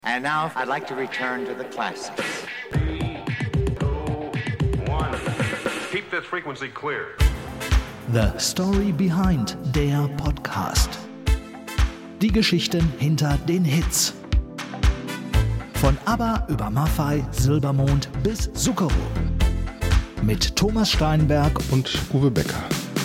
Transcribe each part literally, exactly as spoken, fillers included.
And now I'd like to return to the classics. Three, two, one. Keep this frequency clear. The Story Behind, der Podcast. Die Geschichten hinter den Hits. Von ABBA über Maffay, Silbermond bis Zucchero. Mit Thomas Steinberg und Uwe Becker.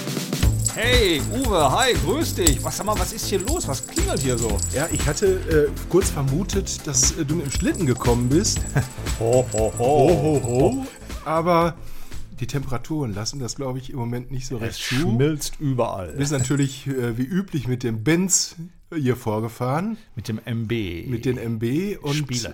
Hey, Uwe, hi, grüß dich. Was, sag mal, was ist hier los? Was klingelt hier so? Ja, ich hatte äh, kurz vermutet, dass äh, du mit dem Schlitten gekommen bist. Ho, ho, ho. Ho, ho, ho. Aber die Temperaturen lassen das, glaube ich, im Moment nicht so recht Es zu. schmilzt überall. Wir sind natürlich äh, wie üblich mit dem Benz hier vorgefahren. Mit dem M B. Mit den M B. Und Spiele.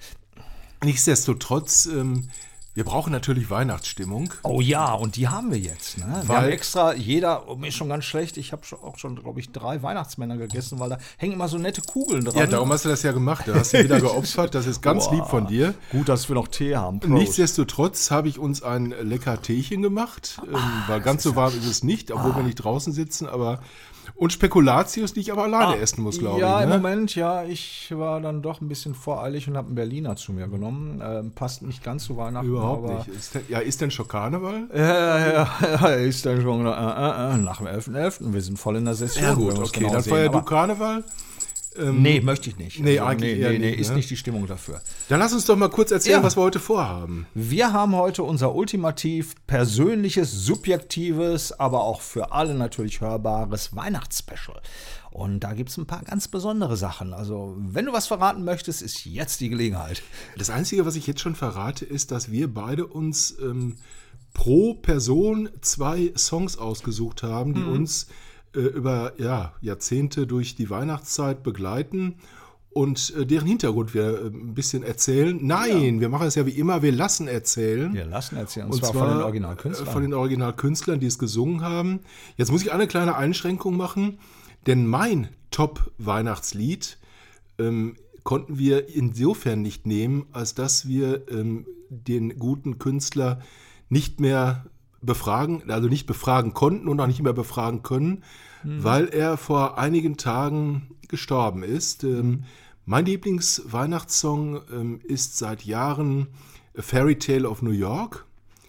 Nichtsdestotrotz, ähm, wir brauchen natürlich Weihnachtsstimmung. Oh ja, und die haben wir jetzt. Ne? Wir Weil- haben extra, jeder, mir ist schon ganz schlecht, ich habe auch schon, glaube ich, drei Weihnachtsmänner gegessen, weil da hängen immer so nette Kugeln dran. Ja, darum hast du das ja gemacht. Da hast du wieder geopfert. Das ist ganz Boah. lieb von dir. Gut, dass wir noch Tee haben. Prost. Nichtsdestotrotz habe ich uns ein lecker Teechen gemacht, ähm, weil ganz so warm ist es nicht, obwohl Ah. wir nicht draußen sitzen, aber und Spekulatius, die ich aber alleine essen muss, glaube ja, ich. im Ne? Moment, ja, ich war dann doch ein bisschen voreilig und habe einen Berliner zu mir genommen. Ähm, passt nicht ganz zu Weihnachten. Überhaupt aber nicht. Ist denn, ja, ist denn schon Karneval? Ja, ja, ja, ist dann schon äh, äh, äh, nach dem elften elften Wir sind voll in der Session. Ja gut, wenn wir es okay, genau dann sehen. feier du Aber- Karneval. Ähm, Nee, möchte ich nicht. Nee, Also, eigentlich nee, eher nee, nee, nicht, ist ne? nicht die Stimmung dafür. Dann lass uns doch mal kurz erzählen, Ja. was wir heute vorhaben. Wir haben heute unser ultimativ persönliches, subjektives, aber auch für alle natürlich hörbares Weihnachtsspecial. Und da gibt es ein paar ganz besondere Sachen. Also, wenn du was verraten möchtest, ist jetzt die Gelegenheit. Das Einzige, was ich jetzt schon verrate, ist, dass wir beide uns ähm, pro Person zwei Songs ausgesucht haben, die uns äh, über ja, Jahrzehnte durch die Weihnachtszeit begleiten und äh, deren Hintergrund wir äh, ein bisschen erzählen. Nein, wir machen es ja wie immer, wir lassen erzählen. Wir lassen erzählen, und, Und zwar, von den Originalkünstlern. äh, Von den Originalkünstlern, die es gesungen haben. Jetzt muss ich eine kleine Einschränkung machen, denn mein Top-Weihnachtslied ähm, konnten wir insofern nicht nehmen, als dass wir ähm, den guten Künstler nicht mehr befragen, also nicht befragen konnten und auch nicht mehr befragen können, weil er vor einigen Tagen gestorben ist. Ähm, mein Lieblingsweihnachtssong ähm, ist seit Jahren A Fairy Tale of New York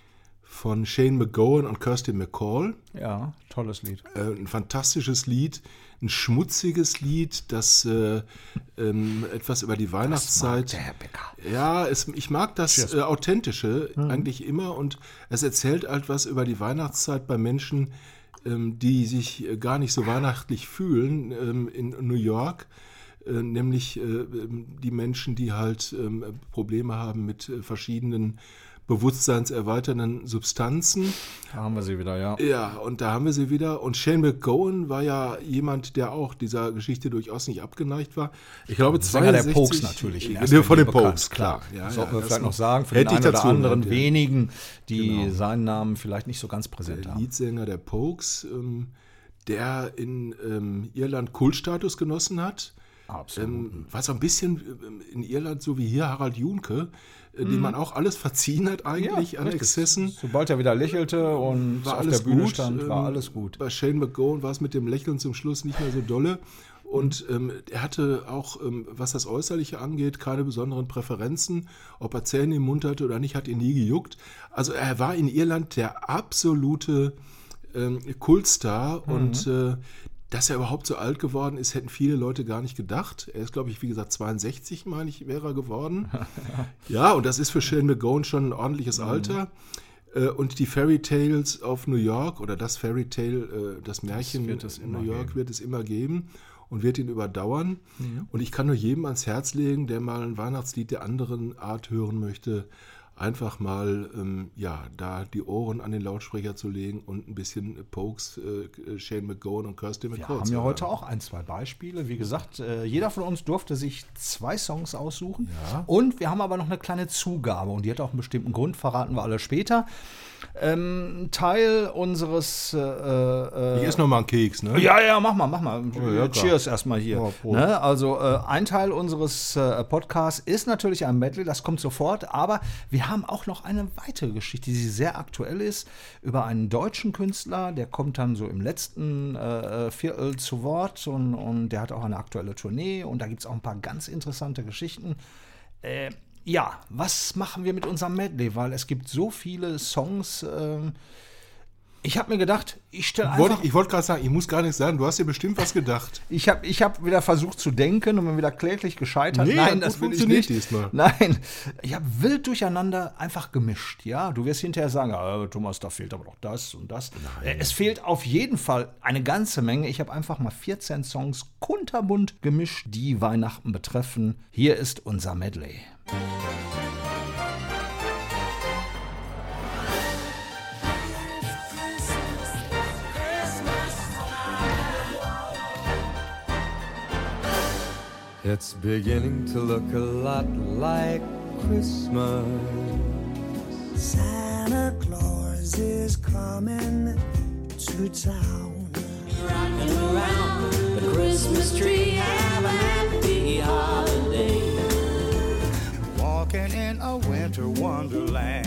von Shane MacGowan und Kirsty MacColl. Ja, tolles Lied. Äh, ein fantastisches Lied, ein schmutziges Lied, das äh, ähm, etwas über die Weihnachtszeit. Der Herr Becker. Ja, es, ich mag das Cheers. äh, Authentische eigentlich immer und es erzählt etwas über die Weihnachtszeit bei Menschen, ähm, die sich äh, gar nicht so weihnachtlich fühlen ähm, in New York. Äh, nämlich äh, ähm, die Menschen, die halt ähm, Probleme haben mit äh, verschiedenen bewusstseinserweiternden Substanzen. Da haben wir sie wieder, ja. Ja, und da haben wir sie wieder. Und Shane MacGowan war ja jemand, der auch dieser Geschichte durchaus nicht abgeneigt war. Ich glaube, Sänger der zweiundsechzig Pokes natürlich. in Ja, erster von den Linie bekannt, Pokes, klar. Ja, Sollten ja, wir das vielleicht noch noch- sagen, für hätte den ich einen oder dazu anderen gehört, ja. wenigen, die Genau. seinen Namen vielleicht nicht so ganz präsent Der haben. Leadsänger der Pokes, ähm, der in ähm, Irland Kultstatus genossen hat. Absolut. Ähm, war so ein bisschen ähm, in Irland so wie hier Harald Junke, äh, dem man auch alles verziehen hat eigentlich an richtig. Exzessen. Sobald er wieder lächelte und War auf alles der Bühne gut. stand, war ähm, alles gut. Bei Shane MacGowan war es mit dem Lächeln zum Schluss nicht mehr so dolle. Und ähm, er hatte auch, ähm, was das Äußerliche angeht, keine besonderen Präferenzen. Ob er Zähne im Mund hatte oder nicht, hat ihn nie gejuckt. Also er war in Irland der absolute ähm, Kultstar. Mhm. Und äh, dass er überhaupt so alt geworden ist, hätten viele Leute gar nicht gedacht. Er ist, glaube ich, wie gesagt, zweiundsechzig, meine ich, wäre er geworden. Ja, und das ist für Shane MacGowan schon ein ordentliches Alter. Äh, Und die Fairy Tales of New York oder das Fairy Tale, äh, das Märchen wird es in immer New York geben. wird es immer geben und wird ihn überdauern. Und ich kann nur jedem ans Herz legen, der mal ein Weihnachtslied der anderen Art hören möchte, einfach mal ähm, ja, da die Ohren an den Lautsprecher zu legen und ein bisschen Pokes, äh, Shane MacGowan und Kirsty Wir MacColl haben zu ja heute hören. auch ein, zwei Beispiele. Wie gesagt, äh, jeder von uns durfte sich zwei Songs aussuchen. Ja. Und wir haben aber noch eine kleine Zugabe. Und die hat auch einen bestimmten Grund, verraten wir alle später. Ähm, Teil unseres... Äh, äh, Ich esse noch mal einen Keks, ne? Ja, ja, mach mal, mach mal. ja, klar. Cheers erstmal hier. Ja, Prost. Ne? Also äh, ein Teil unseres äh, Podcasts ist natürlich ein Medley, das kommt sofort, aber wir wir haben auch noch eine weitere Geschichte, die sehr aktuell ist, über einen deutschen Künstler, der kommt dann so im letzten äh, Viertel zu Wort und, und der hat auch eine aktuelle Tournee und da gibt es auch ein paar ganz interessante Geschichten. Äh, ja, was machen wir mit unserem Medley? Weil es gibt so viele Songs. Äh, ich habe mir gedacht, ich stelle einfach... Wollte, ich wollte gerade sagen, ich muss gar nichts sagen, du hast dir bestimmt was gedacht. Ich habe ich hab wieder versucht zu denken und bin wieder kläglich gescheitert. Nee, Nein, hat das gut will ich nicht. diesmal. Nein, ich habe wild durcheinander einfach gemischt. Ja, du wirst hinterher sagen, ah, Thomas, da fehlt aber noch das und das. Nein. Es fehlt auf jeden Fall eine ganze Menge. Ich habe einfach mal vierzehn Songs kunterbunt gemischt, die Weihnachten betreffen. Hier ist unser Medley. It's beginning to look a lot like Christmas. Santa Claus is coming to town. Rocking around the Christmas tree, have a happy holiday. Walking in a winter wonderland.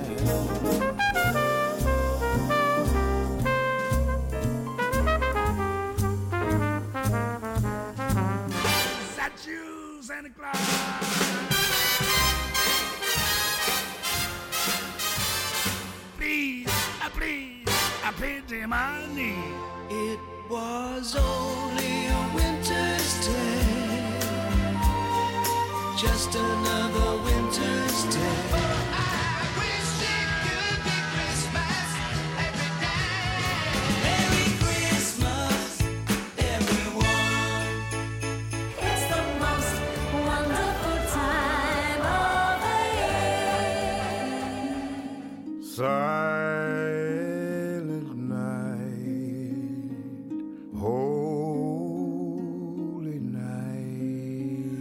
Santa Claus. Please, uh, please, I pity my need. It was only a winter's day, just another winter's day. I wish it could be Christmas every day. Merry Christmas, everyone. It's the most wonderful time of the year. Silent night, holy night.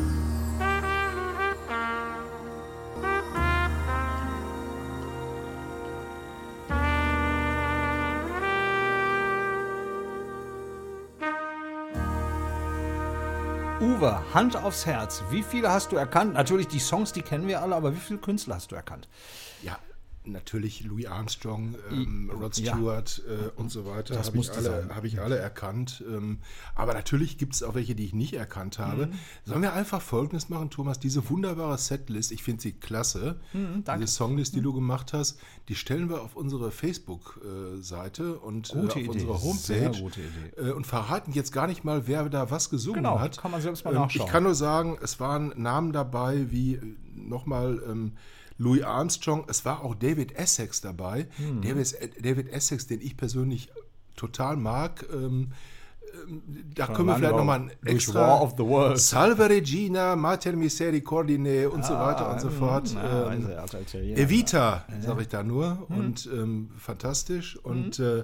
Uwe, Hand aufs Herz. Wie viele hast du erkannt? Natürlich, die Songs, die kennen wir alle, aber wie viele Künstler hast du erkannt? Ja, natürlich Louis Armstrong, ähm, Rod Ja. Stewart äh, und so weiter. Das Habe ich, musste alle- sein. hab ich alle erkannt. Ähm, aber natürlich gibt es auch welche, die ich nicht erkannt habe. Mhm. Sollen wir einfach Folgendes machen, Thomas? Diese wunderbare Setlist, ich finde sie klasse. Mhm, danke. Diese Songlist, die du gemacht hast, die stellen wir auf unsere Facebook-Seite und Gute äh, auf Idee, unsere Homepage. sehr gute Idee. Äh, und verraten jetzt gar nicht mal, wer da was gesungen Genau, hat. kann man selbst mal Ähm, nachschauen. Ich kann nur sagen, es waren Namen dabei wie äh, nochmal ähm, Louis Armstrong, es war auch David Essex dabei. Hm. David, David Essex, den ich persönlich total mag. Ähm, ähm, da können wir vielleicht nochmal ein Durch extra War of the Worlds. Salve Regina, Mater Misericordine und so weiter und so fort. Na, Ähm, also, er hat Italiener. Evita, sage ich da nur. Hm. Und ähm, fantastisch. Und äh,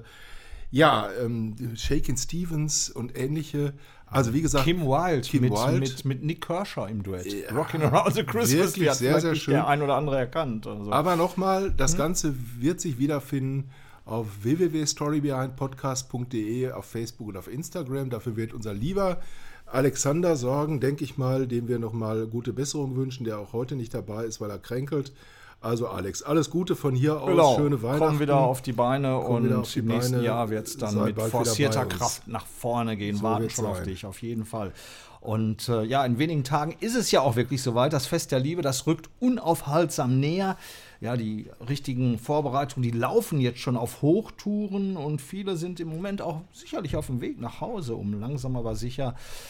ja, ähm, Shakin' Stevens und ähnliche. Also wie gesagt, Kim Wilde, Kim mit, Wilde. mit, mit Nick Kershaw im Duett. Rockin' Around the Christmas wirklich Tree hat sehr, vielleicht sehr nicht schön. der ein oder andere erkannt. Also. Aber nochmal, das Ganze wird sich wiederfinden auf w w w punkt storybehindpodcast punkt d e, auf Facebook und auf Instagram. Dafür wird unser lieber Alexander sorgen, denke ich mal, dem wir nochmal gute Besserung wünschen, der auch heute nicht dabei ist, weil er kränkelt. Also Alex, alles Gute von hier aus, Genau, schöne Weihnachten. kommen wieder auf die Beine Kommen und wieder auf die im nächsten Beine. Jahr wird es dann Sei mit bald wieder forcierter bei uns. Kraft nach vorne gehen. So Warten wird's schon auf sein. dich, auf jeden Fall. Und äh, ja, in wenigen Tagen ist es ja auch wirklich soweit. Das Fest der Liebe, das rückt unaufhaltsam näher. Ja, die richtigen Vorbereitungen, die laufen jetzt schon auf Hochtouren und viele sind im Moment auch sicherlich auf dem Weg nach Hause, um langsam aber sicher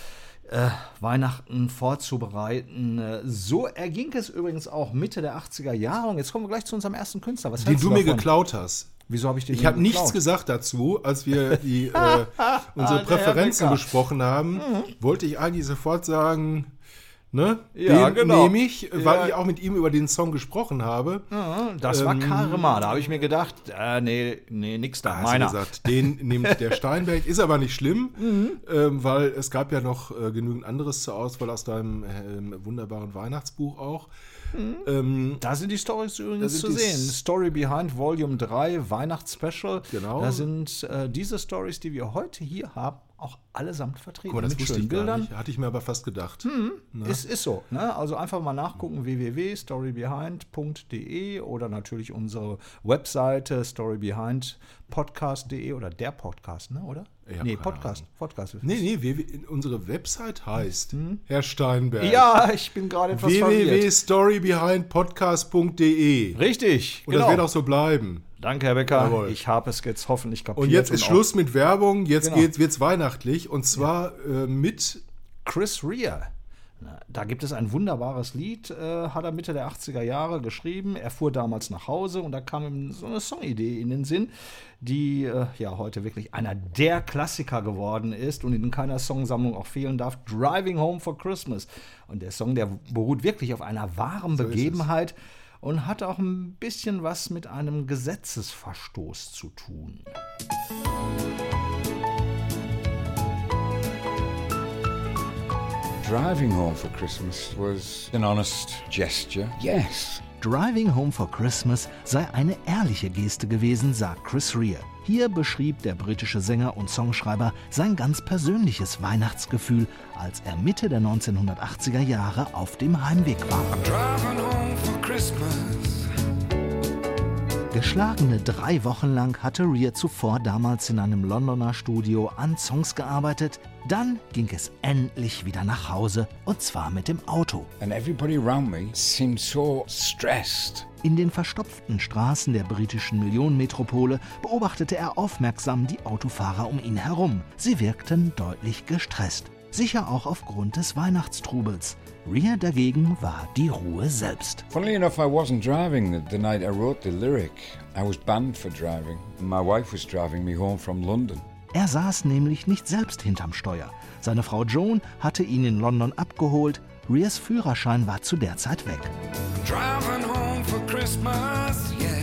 Äh, Weihnachten vorzubereiten. Äh, So erging es übrigens auch Mitte der achtziger Jahre. Und jetzt kommen wir gleich zu unserem ersten Künstler. Was Den hältst du mir davon? geklaut hast. Wieso habe ich den Ich denn habe nichts geklaut? gesagt dazu, als wir die, äh, unsere Der Herr Präferenzen Becker. besprochen haben. Wollte ich eigentlich sofort sagen, ne? Ja, den genau. nehme ich, weil Ja. ich auch mit ihm über den Song gesprochen habe. Das war Ähm, Karma. Da habe ich mir gedacht, äh, nee, nee, nix da. Hast du Meiner. gesagt, den nimmt der Steinberg, ist aber nicht schlimm, ähm, weil es gab ja noch äh, genügend anderes zur Auswahl aus deinem ähm, wunderbaren Weihnachtsbuch auch. Ähm, Da sind die Stories übrigens sind zu die sehen. S- Story Behind Volume drei, Weihnachtsspecial. Genau. Da sind äh, diese Stories, die wir heute hier haben, auch allesamt vertreten. Guck mal, das mit wusste schönen ich gar Bildern. nicht. Hatte ich mir aber fast gedacht. Es ist so. Ne? Also einfach mal nachgucken, w w w punkt storybehind punkt d e oder natürlich unsere Webseite storybehind podcast punkt d e oder der Podcast, ne? oder? Ich hab Nee, keine Podcast. Podcast. Nee, nee, w- w- unsere Website heißt, Herr Steinberg, Ja, ich bin gerade etwas w w w verwirrt. punkt storybehind podcast punkt d e. Richtig, Und das genau. wird auch so bleiben. Danke, Herr Becker. Jawohl. Ich habe es jetzt hoffentlich kapiert. Und jetzt ist auch Schluss mit Werbung, jetzt Genau. geht's, wird's weihnachtlich und zwar äh, mit Chris Rea. Na, Da gibt es ein wunderbares Lied, äh, hat er Mitte der achtziger Jahre geschrieben. Er fuhr damals nach Hause und da kam ihm so eine Songidee in den Sinn, die äh, ja heute wirklich einer der Klassiker geworden ist und in keiner Songsammlung auch fehlen darf. Driving Home for Christmas. Und der Song, der beruht wirklich auf einer wahren Begebenheit und hat auch ein bisschen was mit einem Gesetzesverstoß zu tun. Driving home for Christmas was an honest gesture. Yes. Driving Home for Christmas sei eine ehrliche Geste gewesen, sagt Chris Rea. Hier beschrieb der britische Sänger und Songschreiber sein ganz persönliches Weihnachtsgefühl, als er Mitte der neunzehnhundertachtziger Jahre auf dem Heimweg war. Driving home for Christmas. Geschlagene drei Wochen lang hatte Rea zuvor damals in einem Londoner Studio an Songs gearbeitet. Dann ging es endlich wieder nach Hause, und zwar mit dem Auto. And everybody around me seemed so stressed. In den verstopften Straßen der britischen Millionenmetropole beobachtete er aufmerksam die Autofahrer um ihn herum. Sie wirkten deutlich gestresst, sicher auch aufgrund des Weihnachtstrubels. Rea dagegen war die Ruhe selbst. Funnily enough, I wasn't driving the, the night I wrote the lyric. I was banned for driving. My wife was driving me home from London. Er saß nämlich nicht selbst hinterm Steuer. Seine Frau Joan hatte ihn in London abgeholt. Reas Führerschein war zu der Zeit weg. Driving home for Christmas, yeah.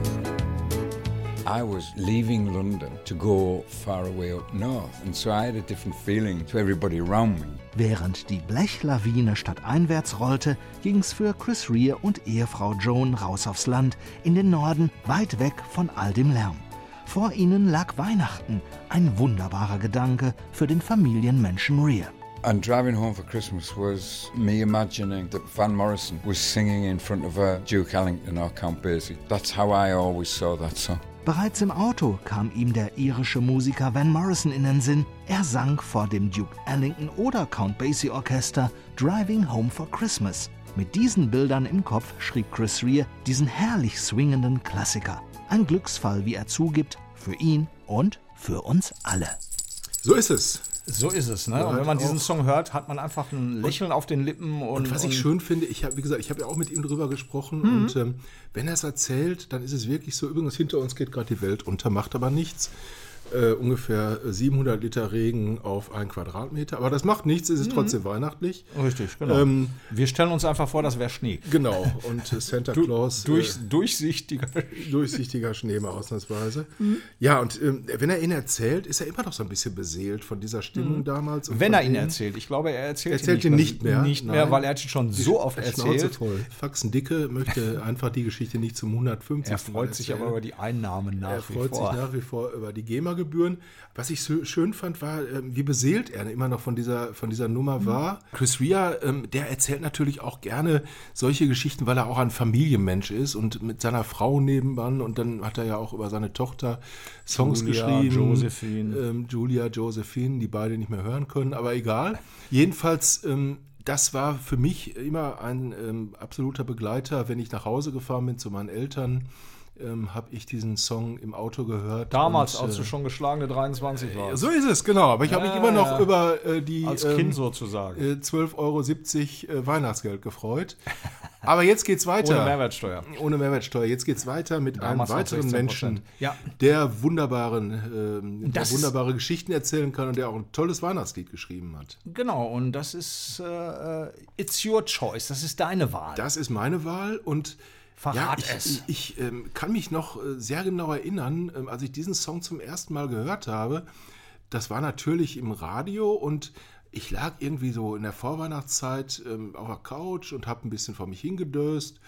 I was leaving London to go far away up north, and so I had a different feeling to everybody around me. Während die Blechlawine stadteinwärts rollte, ging's für Chris Rea und Ehefrau Joan raus aufs Land, in den Norden, weit weg von all dem Lärm. Vor ihnen lag Weihnachten, ein wunderbarer Gedanke für den Familienmenschen Rea. And driving home for Christmas was me imagining that Van Morrison was singing in front of a Duke Ellington or Count Basie. That's how I always saw that song. Bereits im Auto kam ihm der irische Musiker Van Morrison in den Sinn. Er sang vor dem Duke Ellington oder Count Basie Orchester Driving Home for Christmas. Mit diesen Bildern im Kopf schrieb Chris Rea diesen herrlich swingenden Klassiker. Ein Glücksfall, wie er zugibt, für ihn und für uns alle. So ist es. So ist es, ne? Ja, Und wenn man diesen auch. Song hört, hat man einfach ein Lächeln auf den Lippen. Und, Und was ich und schön finde, ich habe, wie gesagt, ich habe ja auch mit ihm drüber gesprochen Mhm. und ähm, wenn er es erzählt, dann ist es wirklich so, übrigens hinter uns geht gerade die Welt unter, macht aber nichts. Äh, ungefähr siebenhundert Liter Regen auf einen Quadratmeter, aber das macht nichts, es ist trotzdem weihnachtlich. Richtig, genau. Ähm, Wir stellen uns einfach vor, das wäre Schnee. Genau, und äh, Santa Claus, Durch, äh, durchsichtiger. durchsichtiger Schnee mal ausnahmsweise. Ja, und ähm, wenn er ihn erzählt, ist er immer noch so ein bisschen beseelt von dieser Stimmung damals. und Wenn von er ihn dem- erzählt. Ich glaube, er erzählt, Erzählt ihn nicht mehr. Nicht mehr, Nein. weil er hat ihn schon so oft Die Schnauze erzählt. voll. Faxendicke möchte einfach die Geschichte nicht zum hundertfünfzigsten Er freut sich aber über die Einnahmen nach Er wie freut vor. sich nach wie vor über die GEMA-Gebühren. Was ich so schön fand, war, ähm, wie beseelt er immer noch von dieser, von dieser Nummer Mhm. war. Chris Rea, ähm, der erzählt natürlich auch gerne solche Geschichten, weil er auch ein Familienmensch ist und mit seiner Frau nebenan. Und dann hat er ja auch über seine Tochter Songs Julia, geschrieben. Josephine. Ähm, Julia, Josephine, die beide nicht mehr hören können, aber egal. Jedenfalls, ähm, das war für mich immer ein ähm, absoluter Begleiter, wenn ich nach Hause gefahren bin zu meinen Eltern. Ähm, habe ich diesen Song im Auto gehört. Damals, und, als äh, du schon geschlagene dreiundzwanzig warst. so ist es, genau. Aber ich habe Ja, mich immer noch ja. über äh, die Als ähm, Kind sozusagen. äh, zwölf Euro siebzig äh, Weihnachtsgeld gefreut. Aber jetzt geht's weiter. Ohne Mehrwertsteuer. Ohne Mehrwertsteuer. Jetzt geht's weiter mit Damals noch einem weiteren sechzehn Menschen, Prozent. Ja. der wunderbaren, ähm, der das- wunderbare Geschichten erzählen kann und der auch ein tolles Weihnachtslied geschrieben hat. Genau, und das ist äh, It's Your Choice. Das ist deine Wahl. Das ist meine Wahl und Verrat ja, ich, es. ich, ich ähm, kann mich noch äh, sehr genau erinnern, ähm, als ich diesen Song zum ersten Mal gehört habe. Das war natürlich im Radio und ich lag irgendwie so in der Vorweihnachtszeit ähm, auf der Couch und habe ein bisschen vor mich hingedöst.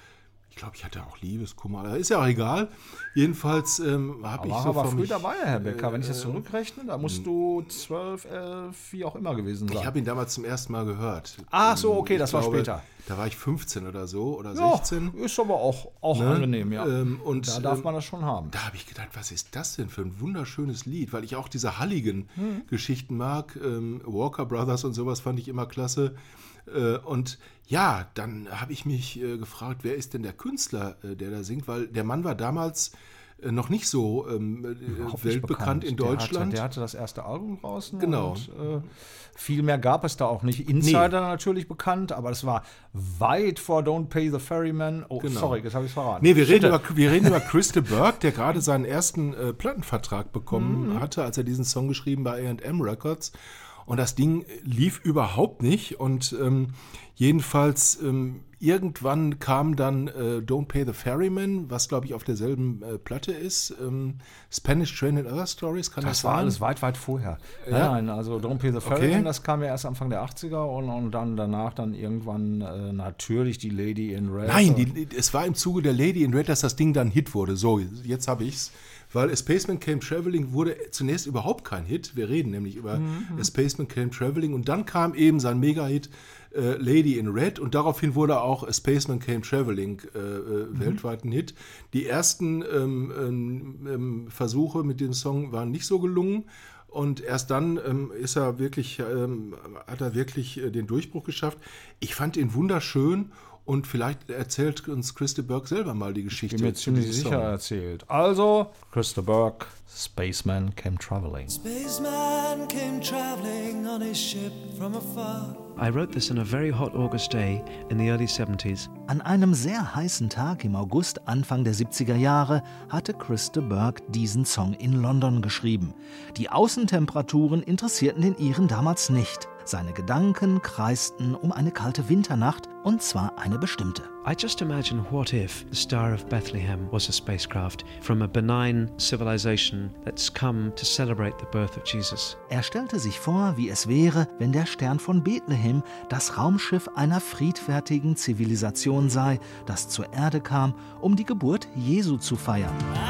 Ich glaube, ich hatte auch Liebeskummer. Ist ja auch egal. Jedenfalls ähm, habe ich Aber so aber von früh mich, dabei, Herr Becker. Wenn ich das äh, zurückrechne, da musst du zwölf, elf, wie auch immer gewesen sein. Ich habe ihn damals zum ersten Mal gehört. Ach so, okay, Ich das war glaube, später. Da war ich fünfzehn oder so oder Ja, sechzehn. ist aber auch, auch Ne? angenehm, ja. Ähm, und, da darf ähm, man das schon haben. Da habe ich gedacht, was ist das denn für ein wunderschönes Lied? Weil ich auch diese halligen Hm. Geschichten mag. Ähm, Walker Brothers und sowas fand ich immer klasse. Äh, und ja, dann habe ich mich äh, gefragt, wer ist denn der Künstler, äh, der da singt? Weil der Mann war damals äh, noch nicht so ähm, äh, Überhaupt nicht weltbekannt in Der Deutschland. hatte, der hatte das erste Album draußen. Genau. Und, äh, viel mehr gab es da auch nicht. Insider natürlich bekannt, aber es war weit vor Don't Pay the Ferryman. Oh, Genau. sorry, jetzt habe ich es verraten. Nee, wir reden, Bitte. über, wir reden über Chris de Burgh, der gerade seinen ersten äh, Plattenvertrag bekommen Mhm. hatte, als er diesen Song geschrieben bei A and M Records. Und das Ding lief überhaupt nicht. Und ähm, jedenfalls ähm, irgendwann kam dann äh, Don't Pay the Ferryman, was glaube ich auf derselben äh, Platte ist. Ähm, Spanish Train and Other Stories, kann das, Das war sein? alles weit, weit vorher. Ja? Nein, nein, also Don't Pay the Ferryman, Okay. das kam ja erst Anfang der achtziger und, und dann danach dann irgendwann äh, natürlich die Lady in Red. Nein, die, es war im Zuge der Lady in Red, dass das Ding dann Hit wurde. So, jetzt habe ich's. Weil A Spaceman Came Traveling wurde zunächst überhaupt kein Hit. Wir reden nämlich über Mhm. A Spaceman Came Traveling. Und dann kam eben sein Mega-Hit äh, Lady in Red. Und daraufhin wurde auch A Spaceman Came Traveling äh, äh, Mhm. weltweit ein Hit. Die ersten ähm, ähm, ähm, Versuche mit dem Song waren nicht so gelungen. Und erst dann ähm, ist er wirklich, ähm, hat er wirklich äh, den Durchbruch geschafft. Ich fand ihn wunderschön. Und vielleicht erzählt uns Chris de Burgh selber mal die Geschichte. Ich bin mir zu ziemlich diesem sicher Song. erzählt. Also, Chris de Burgh, Spaceman Came Traveling. Spaceman came traveling on his ship from afar. I wrote this on a very hot August day in the early seventies. An einem sehr heißen Tag im August Anfang der siebziger Jahre hatte Chris de Burgh diesen Song in London geschrieben. Die Außentemperaturen interessierten den Iren damals nicht. Seine Gedanken kreisten um eine kalte Winternacht, und zwar eine bestimmte. I just imagine what if the Star of Bethlehem was a spacecraft from a benign civilization that's come to celebrate the birth of Jesus. Er stellte sich vor, wie es wäre, wenn der Stern von Bethlehem das Raumschiff einer friedfertigen Zivilisation sei, das zur Erde kam, um die Geburt Jesu zu feiern.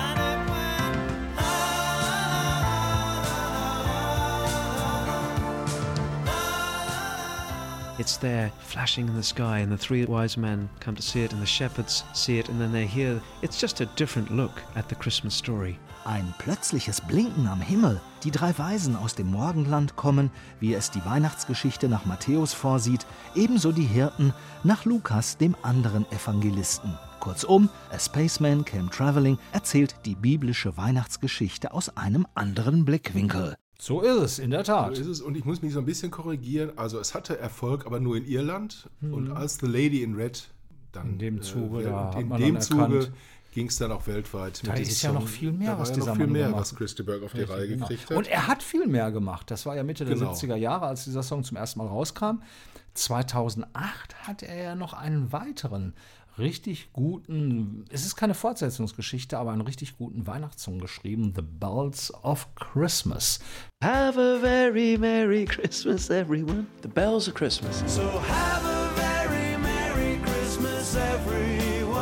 It's there, flashing in the sky, and the three wise men come to see it, and the shepherds see it, and then they hear. It's just a different look at the Christmas story. Ein plötzliches Blinken am Himmel. Die drei Weisen aus dem Morgenland kommen, wie es die Weihnachtsgeschichte nach Matthäus vorsieht, ebenso die Hirten nach Lukas, dem anderen Evangelisten. Kurzum, A Spaceman Came Traveling erzählt die biblische Weihnachtsgeschichte aus einem anderen Blickwinkel. So ist es, in der Tat. So ist es. Und ich muss mich so ein bisschen korrigieren. Also es hatte Erfolg, aber nur in Irland. Und als The Lady in Red dann In dem Zuge, äh, da und hat in man dem dann Zuge erkannt, ging es dann auch weltweit. da mit diesem ist ja Song. noch viel mehr, da was war ja dieser noch viel Mann mehr, gemacht was Chris de Burgh auf die Richtig, Reihe genau. gekriegt hat. Und er hat viel mehr gemacht. Das war ja Mitte der Genau. siebziger Jahre, als dieser Song zum ersten Mal rauskam. zweitausendacht hat er ja noch einen weiteren richtig guten, es ist keine Fortsetzungsgeschichte, aber einen richtig guten Weihnachtssong geschrieben, The Bells of Christmas. Have a very Merry Christmas, everyone. The bells of Christmas. So have a very Merry Christmas, everyone.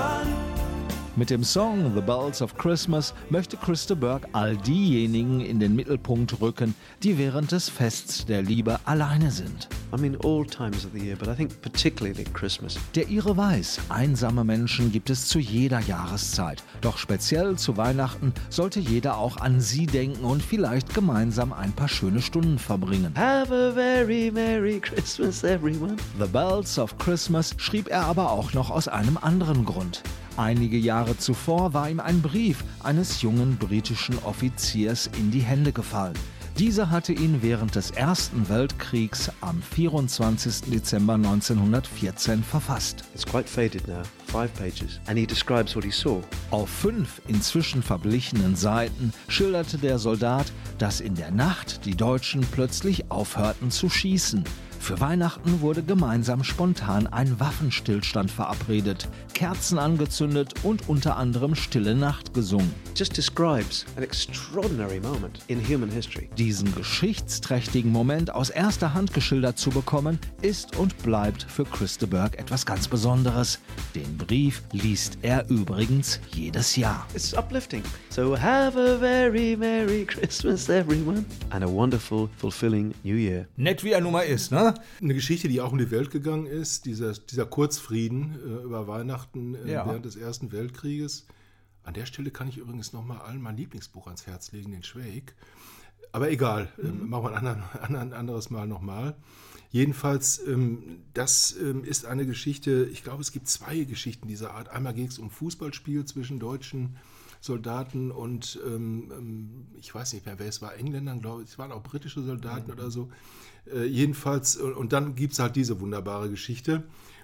Mit dem Song The Bells of Christmas möchte Chris de Burgh all diejenigen in den Mittelpunkt rücken, die während des Fests der Liebe alleine sind. I mean, all times of the year, but I think particularly at Christmas. Der Ire weiß, einsame Menschen gibt es zu jeder Jahreszeit. Doch speziell zu Weihnachten sollte jeder auch an sie denken und vielleicht gemeinsam ein paar schöne Stunden verbringen. Have a very Merry Christmas, everyone. The Bells of Christmas schrieb er aber auch noch aus einem anderen Grund. Einige Jahre zuvor war ihm ein Brief eines jungen britischen Offiziers in die Hände gefallen. Dieser hatte ihn während des Ersten Weltkriegs am vierundzwanzigsten Dezember neunzehnhundertvierzehn verfasst. It's quite faded now, five pages, and he describes what he saw. Auf fünf inzwischen verblichenen Seiten schilderte der Soldat, dass in der Nacht die Deutschen plötzlich aufhörten zu schießen. Für Weihnachten wurde gemeinsam spontan ein Waffenstillstand verabredet, Kerzen angezündet und unter anderem Stille Nacht gesungen. Just describes an extraordinary moment in human history. Diesen geschichtsträchtigen Moment aus erster Hand geschildert zu bekommen, ist und bleibt für Chris de Burgh etwas ganz Besonderes. Den Brief liest er übrigens jedes Jahr. It's uplifting. So have a very Merry Christmas, everyone. And a wonderful, fulfilling New Year. Nett wie er nun mal ist, ne? Eine Geschichte, die auch um die Welt gegangen ist, dieser, dieser Kurzfrieden äh, über Weihnachten äh, Ja. während des Ersten Weltkrieges. An der Stelle kann ich übrigens nochmal allen mein Lieblingsbuch ans Herz legen, den Schweig. Aber egal, mhm. ähm, machen wir ein anderen, ein anderes Mal nochmal. Jedenfalls, ähm, das ähm, ist eine Geschichte, ich glaube, es gibt zwei Geschichten dieser Art. Einmal geht es um Fußballspiel zwischen deutschen Soldaten und ähm, ich weiß nicht mehr, wer es war, Engländern, glaube ich, es waren auch britische Soldaten mhm. oder so. Äh, jedenfalls, und, und dann gibt es halt diese wunderbare Geschichte.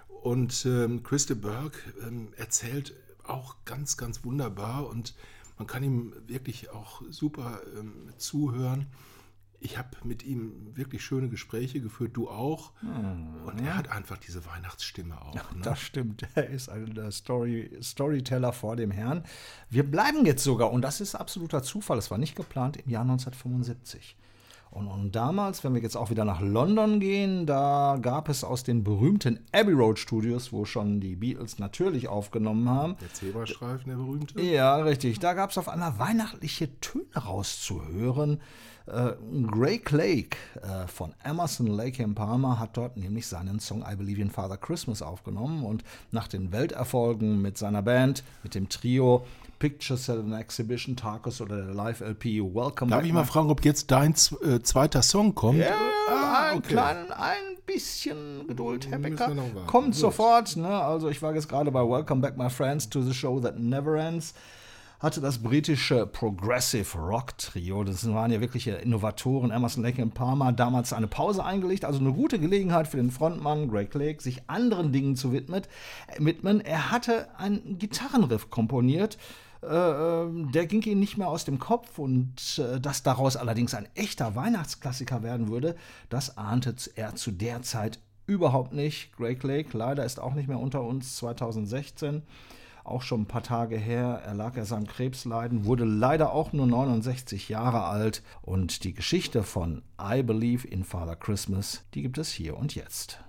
Und ähm, Chris de Burgh ähm, erzählt auch ganz, ganz wunderbar und man kann ihm wirklich auch super ähm, zuhören. Ich habe mit ihm wirklich schöne Gespräche geführt, du auch. Hm. Und er hat einfach diese Weihnachtsstimme auch. Ja, ne? Das stimmt. Er ist ein Story, Storyteller vor dem Herrn. Wir bleiben jetzt sogar, und das ist absoluter Zufall, es war nicht geplant, im Jahr neunzehnhundertfünfundsiebzig. Und, und damals, wenn wir jetzt auch wieder nach London gehen, da gab es aus den berühmten Abbey Road Studios, wo schon die Beatles natürlich aufgenommen haben. Der Zebrastreifen, der berühmte. Ja, richtig. Da gab es auf einmal weihnachtliche Töne rauszuhören. Äh, Greg Lake äh, von Emerson, Lake and Palmer hat dort nämlich seinen Song I Believe in Father Christmas aufgenommen und nach den Welterfolgen mit seiner Band, mit dem Trio Pictures at an Exhibition, Tarkus oder der Live-L P Welcome Darf Back ich mal fragen, ob jetzt dein äh, zweiter Song kommt? Ja, ah, ein, okay. klein, ein bisschen Geduld, Herr Müssen Becker. wir noch warten. Kommt Gut. sofort. Ne? Also ich war jetzt gerade bei Welcome Back My Friends to the Show That Never Ends. Hatte das britische Progressive Rock Trio, das waren ja wirkliche Innovatoren, Emerson, Lake and Palmer, damals eine Pause eingelegt, also eine gute Gelegenheit für den Frontmann Greg Lake, sich anderen Dingen zu widmen. widmen. Er hatte einen Gitarrenriff komponiert, äh, der ging ihm nicht mehr aus dem Kopf und äh, dass daraus allerdings ein echter Weihnachtsklassiker werden würde, das ahnte er zu der Zeit überhaupt nicht. Greg Lake leider ist auch nicht mehr unter uns, zweitausendsechzehn. Auch schon ein paar Tage her erlag er seinem Krebsleiden, wurde leider auch nur neunundsechzig Jahre alt. Und die Geschichte von I Believe in Father Christmas, die gibt es hier und jetzt.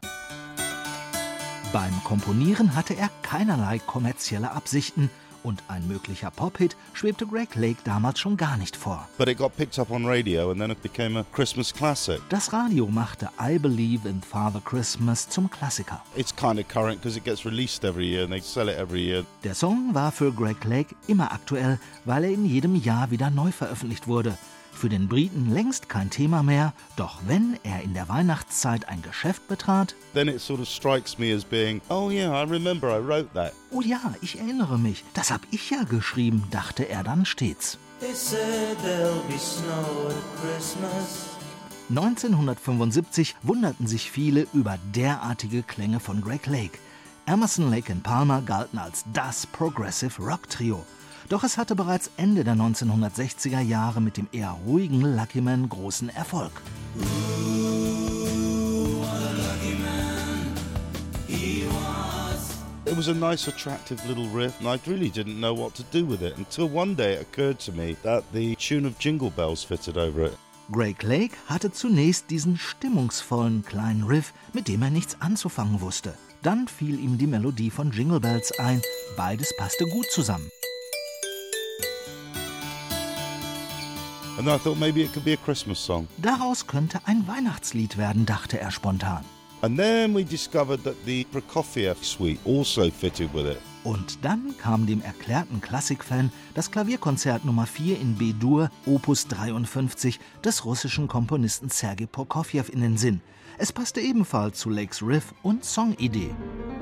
Beim Komponieren hatte er keinerlei kommerzielle Absichten und ein möglicher Pop-Hit schwebte Greg Lake damals schon gar nicht vor. But it got picked up on radio and then it became a Christmas classic. Das Radio machte I Believe in Father Christmas zum Klassiker. It's kind of current because it gets released every year and they sell it every year. Der Song war für Greg Lake immer aktuell, weil er in jedem Jahr wieder neu veröffentlicht wurde. Für den Briten längst kein Thema mehr, doch wenn er in der Weihnachtszeit ein Geschäft betrat, Then it sort of strikes me as being, oh yeah, I remember I wrote that. oh ja, ich erinnere mich, das hab ich ja geschrieben, dachte er dann stets. They said there'll be snow at Christmas. neunzehnhundertfünfundsiebzig wunderten sich viele über derartige Klänge von Greg Lake. Emerson, Lake and Palmer galten als das Progressive Rock Trio. Doch es hatte bereits Ende der neunzehnhundertsechziger Jahre mit dem eher ruhigen Lucky Man großen Erfolg. It was a nice, attractive little riff, and I really didn't know what to do with it until one day it occurred to me that the tune of Jingle Bells fitted over it. Greg Lake hatte zunächst diesen stimmungsvollen kleinen Riff, mit dem er nichts anzufangen wusste. Dann fiel ihm die Melodie von Jingle Bells ein. Beides passte gut zusammen. And I thought maybe it could be a Christmas song. Daraus könnte ein Weihnachtslied werden, dachte er spontan. And then we discovered that the Prokofiev suite also fitted with it. Und dann kam dem erklärten Klassikfan das Klavierkonzert Nummer vier in B-Dur, Opus dreiundfünfzig, des russischen Komponisten Sergei Prokofjew in den Sinn. Es passte ebenfalls zu Lakes Riff und Songidee.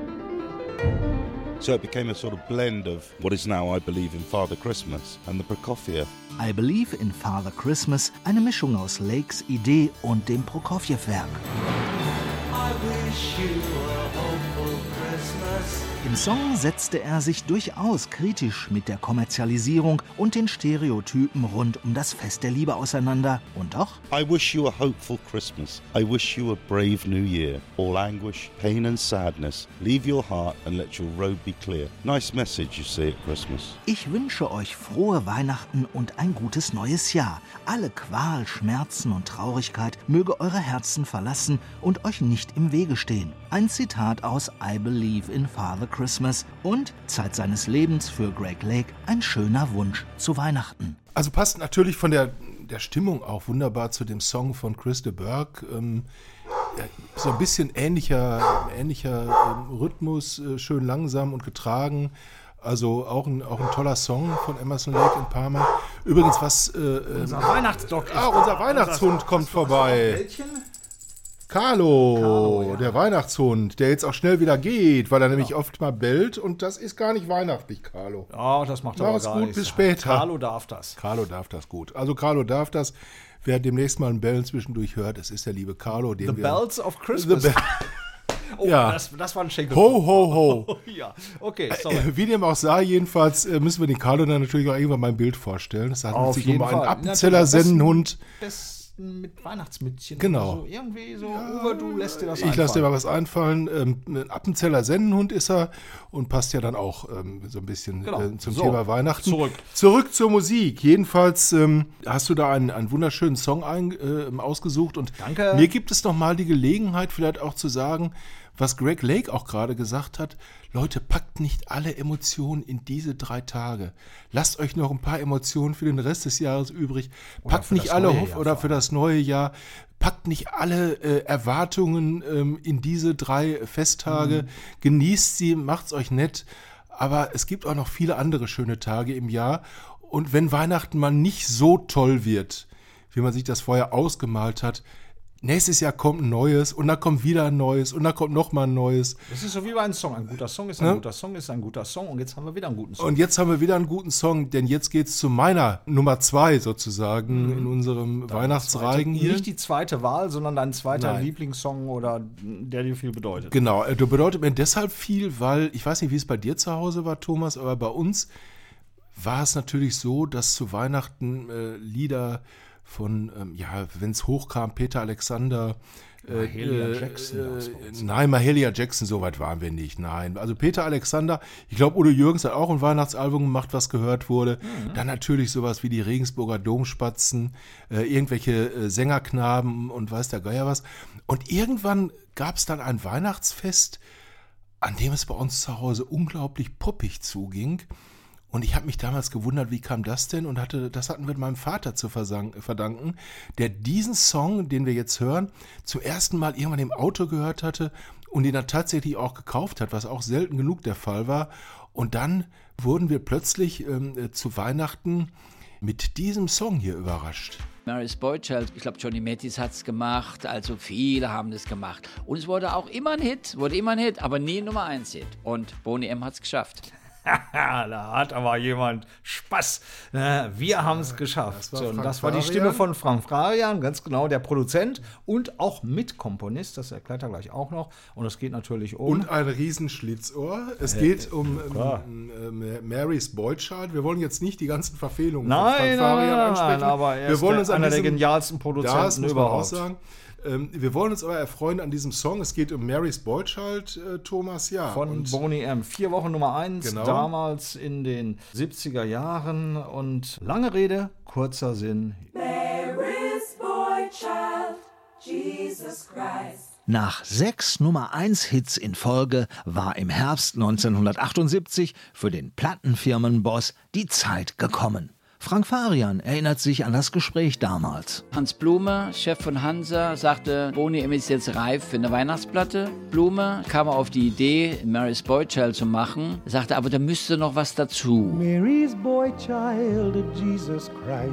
So it became a sort of blend of what is now I Believe in Father Christmas and the Prokofiev. I Believe in Father Christmas, eine Mischung aus Lakes Idee und dem Prokofjew-Werk. I wish you a hopeful Christmas. Christmas. Im Song setzte er sich durchaus kritisch mit der Kommerzialisierung und den Stereotypen rund um das Fest der Liebe auseinander. Und doch? I wish you a hopeful Christmas. I wish you a brave new year. All anguish, pain and sadness. Leave your heart and let your road be clear. Nice message you say at Christmas. Ich wünsche euch frohe Weihnachten und ein gutes neues Jahr. Alle Qual, Schmerzen und Traurigkeit möge eure Herzen verlassen und euch nicht im Wege stehen. Ein Zitat aus I Believe in Father Christmas und Zeit seines Lebens für Greg Lake ein schöner Wunsch zu Weihnachten. Also passt natürlich von der, der Stimmung auch wunderbar zu dem Song von Chris de Burgh. Ähm, ja, so ein bisschen ähnlicher, ähnlicher ähm, Rhythmus, äh, schön langsam und getragen. Also auch ein, auch ein toller Song von Emerson, Lake and Palmer. Übrigens, was... Äh, unser Weihnachtsdoc ist Ah, unser Weihnachtshund unser, kommt vorbei. Carlo, Carlo ja. Der Weihnachtshund, der jetzt auch schnell wieder geht, weil er nämlich ja. oft mal bellt und das ist gar nicht weihnachtlich, Carlo. Ja, das macht aber gar gut, nichts. Bis später. Carlo darf das. Carlo darf das gut. Also Carlo darf das. Wer demnächst mal ein Bellen zwischendurch hört, es ist der liebe Carlo. Den The wir Bells of Christmas. The Be- oh, ja. das, das war ein Schenkel. Ho, ho, ho. ja, okay, sorry. Äh, wie dem auch sei, jedenfalls äh, müssen wir den Carlo dann natürlich auch irgendwann mal ein Bild vorstellen. Es handelt sich um einen Appenzeller Sennenhund. Mit Weihnachtsmützchen. Genau. So, irgendwie so, ja, Uwe, du lässt dir das ich einfallen. Ich lasse dir mal was einfallen. Ähm, ein Appenzeller Sennenhund ist er und passt ja dann auch ähm, so ein bisschen genau. äh, zum so, Thema Weihnachten. Zurück. Zurück zur Musik. Jedenfalls ähm, hast du da einen, einen wunderschönen Song ein, äh, ausgesucht und Danke. Mir gibt es noch mal die Gelegenheit, vielleicht auch zu sagen, was Greg Lake auch gerade gesagt hat, Leute, packt nicht alle Emotionen in diese drei Tage. Lasst euch noch ein paar Emotionen für den Rest des Jahres übrig. Packt nicht alle Hoff oder für das neue Jahr. Packt nicht alle äh, Erwartungen ähm, in diese drei Festtage. Mhm. Genießt sie, macht's euch nett. Aber es gibt auch noch viele andere schöne Tage im Jahr. Und wenn Weihnachten mal nicht so toll wird, wie man sich das vorher ausgemalt hat, nächstes Jahr kommt ein neues und dann kommt wieder ein neues und dann kommt noch mal ein neues. Das ist so wie bei einem Song. Ein guter Song ist ein ja? guter Song ist ein guter Song und jetzt haben wir wieder einen guten Song. Und jetzt haben wir wieder einen guten Song, denn jetzt geht's zu meiner Nummer zwei sozusagen mhm. in unserem Deine Weihnachtsreigen zweite, hier. Nicht die zweite Wahl, sondern dein zweiter Nein. Lieblingssong oder der dir viel bedeutet. Genau, der bedeutet mir deshalb viel, weil, ich weiß nicht, wie es bei dir zu Hause war, Thomas, aber bei uns war es natürlich so, dass zu Weihnachten äh, Lieder von, ähm, ja, wenn es hochkam, Peter Alexander, äh, Mahalia äh, Jackson. Äh, nein, Mahalia Jackson, so weit waren wir nicht, nein. Also Peter Alexander, ich glaube, Udo Jürgens hat auch ein Weihnachtsalbum gemacht, was gehört wurde. Mhm. Dann natürlich sowas wie die Regensburger Domspatzen, äh, irgendwelche äh, Sängerknaben und weiß der Geier was. Und irgendwann gab es dann ein Weihnachtsfest, an dem es bei uns zu Hause unglaublich poppig zuging. Und ich habe mich damals gewundert, wie kam das denn? Und hatte, das hatten wir meinem Vater zu verdanken, der diesen Song, den wir jetzt hören, zum ersten Mal irgendwann im Auto gehört hatte und ihn dann tatsächlich auch gekauft hat, was auch selten genug der Fall war. Und dann wurden wir plötzlich ähm, zu Weihnachten mit diesem Song hier überrascht. Mary's Boy Child, ich glaube Johnny Matthis hat es gemacht, also viele haben das gemacht. Und es wurde auch immer ein Hit, wurde immer ein Hit, aber nie ein Nummer eins Hit. Und Boney M. hat es geschafft. Da hat aber jemand Spaß. Wir haben es geschafft. Das war, und das war die Stimme von Frank Farian, ganz genau, der Produzent und auch Mitkomponist, das erklärt er gleich auch noch. Und es geht natürlich um... Und ein Riesenschlitzohr. Es äh, geht um ähm, äh, Mary's Boy Child. Wir wollen jetzt nicht die ganzen Verfehlungen nein, von Frank Farian nein, ansprechen. Nein, aber er wir ist wollen der, uns an einer diesem, der genialsten Produzenten das muss man überhaupt. Auch sagen. Ähm, wir wollen uns aber erfreuen an diesem Song. Es geht um Mary's Boy Child, äh, Thomas, ja. Von Boney M. Vier Wochen Nummer eins, genau. Damals in den siebziger Jahren. Und lange Rede, kurzer Sinn. Mary's Boy Child, Jesus Christ. Nach sechs Nummer eins Hits in Folge war im Herbst neunzehnhundertachtundsiebzig für den Plattenfirmenboss die Zeit gekommen. Frank Farian erinnert sich an das Gespräch damals. Hans Blume, Chef von Hansa, sagte, Boney M. ist jetzt reif für eine Weihnachtsplatte. Blume kam auf die Idee, Mary's Boy Child zu machen. Er sagte, aber da müsste noch was dazu. Mary's Boy Child, Jesus Christ.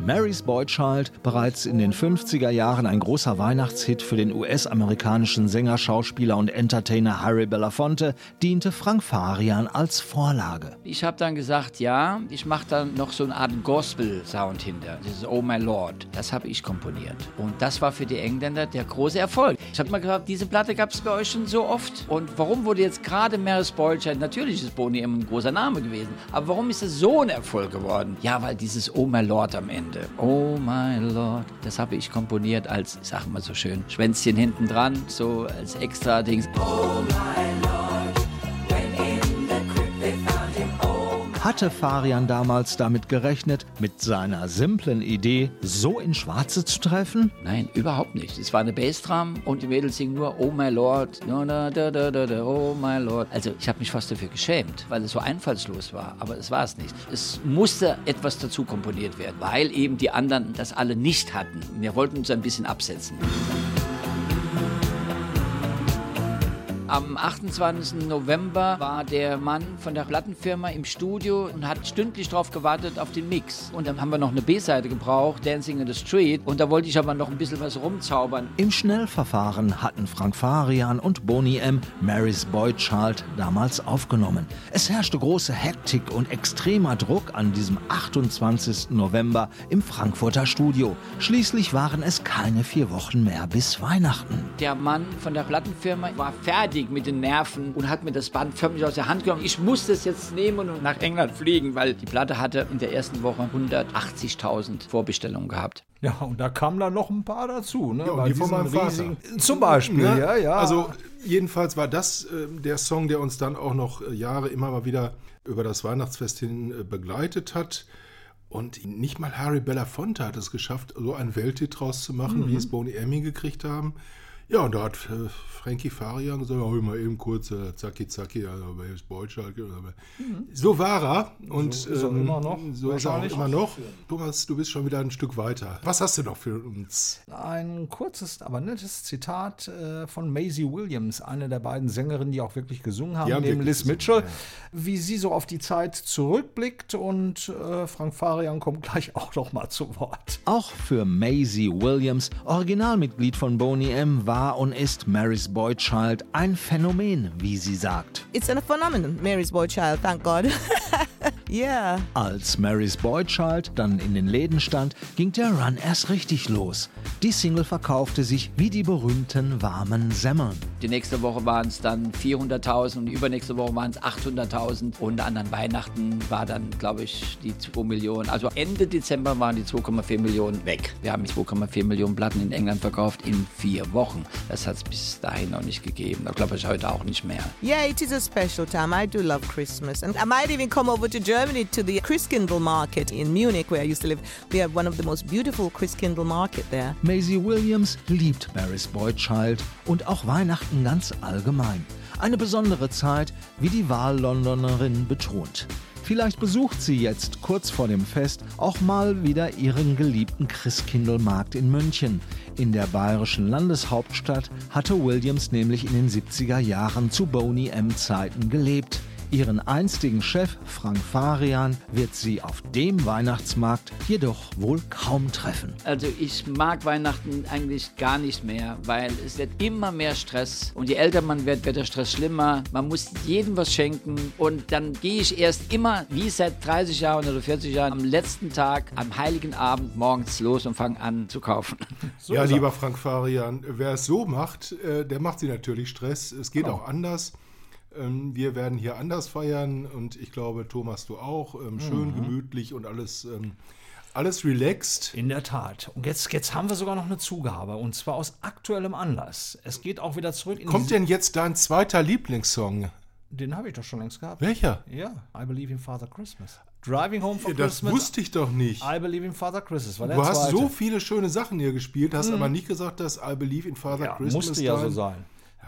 Mary's Boy Child, bereits in den fünfziger Jahren ein großer Weihnachtshit für den U S-amerikanischen Sänger, Schauspieler und Entertainer Harry Belafonte, diente Frank Farian als Vorlage. Ich habe dann gesagt, ja, ich mache dann noch so eine Art Gospel-Sound hinter. Dieses Oh My Lord, das habe ich komponiert. Und das war für die Engländer der große Erfolg. Ich habe mal gesagt, diese Platte gab es bei euch schon so oft. Und warum wurde jetzt gerade Mary's Boy Child, natürlich ist Boney M ein großer Name gewesen, aber warum ist es so ein Erfolg geworden? Ja, weil dieses Oh My Lord am Ende. Oh my Lord, das habe ich komponiert als, ich sag mal so schön, Schwänzchen hinten dran, so als extra Dings. Oh my Lord, when in the crypt they found him. Oh my Hatte Farian damals damit gerechnet, mit seiner simplen Idee so in Schwarze zu treffen? Nein, überhaupt nicht. Es war eine Bassdrum und die Mädels singen nur Oh my Lord, no, da, da, da, da, da, oh my Lord. Also ich habe mich fast dafür geschämt, weil es so einfallslos war, aber es war es nicht. Es musste etwas dazu komponiert werden, weil eben die anderen das alle nicht hatten. Wir wollten uns ein bisschen absetzen. Am achtundzwanzigsten November war der Mann von der Plattenfirma im Studio und hat stündlich drauf gewartet auf den Mix. Und dann haben wir noch eine B-Seite gebraucht, Dancing in the Street. Und da wollte ich aber noch ein bisschen was rumzaubern. Im Schnellverfahren hatten Frank Farian und Boney M. Mary's Boy Child damals aufgenommen. Es herrschte große Hektik und extremer Druck an diesem achtundzwanzigsten November im Frankfurter Studio. Schließlich waren es keine vier Wochen mehr bis Weihnachten. Der Mann von der Plattenfirma war fertig mit den Nerven und hat mir das Band förmlich aus der Hand genommen. Ich musste es jetzt nehmen und nach England fliegen, weil die Platte hatte in der ersten Woche hundertachtzigtausend Vorbestellungen gehabt. Ja, und da kamen dann noch ein paar dazu. Ne? Ja, und die von meinem Vater. Zum Beispiel, ja, ja. ja. Also jedenfalls war das äh, der Song, der uns dann auch noch äh, Jahre immer mal wieder über das Weihnachtsfest hin äh, begleitet hat. Und nicht mal Harry Belafonte hat es geschafft, so einen Welthit draus zu machen, mhm. wie es Boney M gekriegt haben. Ja, und da hat äh, Frankie Farian gesagt, hol mal eben kurz, äh, zacki zacki, also Mary's Boy Child. Mhm. So war er. Und so ist er ähm, immer noch. So ist er auch immer noch. Thomas, du bist schon wieder ein Stück weiter. Was hast du noch für uns? Ein kurzes, aber nettes Zitat äh, von Maisie Williams, eine der beiden Sängerinnen, die auch wirklich gesungen haben, haben neben Liz Mitchell, ja. wie sie so auf die Zeit zurückblickt. Und äh, Frank Farian kommt gleich auch noch mal zu Wort. Auch für Maisie Williams, Originalmitglied von Boney M, war und ist Mary's Boy Child ein Phänomen, wie sie sagt. It's a phenomenon, Mary's Boy Child, thank God. Yeah. Als Mary's Boy Child dann in den Läden stand, ging der Run erst richtig los. Die Single verkaufte sich wie die berühmten warmen Semmeln. Die nächste Woche waren es dann vierhunderttausend und die übernächste Woche waren es achthunderttausend. Und an den Weihnachten war dann, glaube ich, die zwei Millionen. Also Ende Dezember waren die zwei Komma vier Millionen weg. Wir haben zwei Komma vier Millionen Platten in England verkauft in vier Wochen. Das hat es bis dahin noch nicht gegeben. Da glaube ich heute auch nicht mehr. Yeah, it is a special time. I do love Christmas. And I might even come over to Germany to the Christkindl market in Munich, where I used to live. We have one of the most beautiful Christkindl market there. Maisie Williams liebt Mary's Boy Child und auch Weihnachten ganz allgemein. Eine besondere Zeit, wie die Wahllondonerin betont. Vielleicht besucht sie jetzt kurz vor dem Fest auch mal wieder ihren geliebten Christkindlmarkt in München. In der bayerischen Landeshauptstadt hatte Williams nämlich in den siebziger Jahren zu Boney M Zeiten gelebt. Ihren einstigen Chef Frank Farian wird sie auf dem Weihnachtsmarkt jedoch wohl kaum treffen. Also ich mag Weihnachten eigentlich gar nicht mehr, weil es wird immer mehr Stress und je älter man wird, wird der Stress schlimmer. Man muss jedem was schenken und dann gehe ich erst immer, wie seit dreißig Jahren oder vierzig Jahren, am letzten Tag, am Heiligen Abend morgens los und fange an zu kaufen. So ja, lieber Frank Farian, wer es so macht, der macht sich natürlich Stress. Es geht oh. auch anders. Wir werden hier anders feiern und ich glaube, Thomas, du auch. Schön, mhm. gemütlich und alles, alles relaxed. In der Tat. Und jetzt, jetzt haben wir sogar noch eine Zugabe und zwar aus aktuellem Anlass. Es geht auch wieder zurück in Kommt denn jetzt dein zweiter Lieblingssong? Den habe ich doch schon längst gehabt. Welcher? Ja, I Believe in Father Christmas. Driving Home for ja, das Christmas. Das wusste ich doch nicht. I Believe in Father Christmas war der Du zweite. hast so viele schöne Sachen hier gespielt, hast hm. aber nicht gesagt, dass I Believe in Father ja, Christmas musste ja so sein.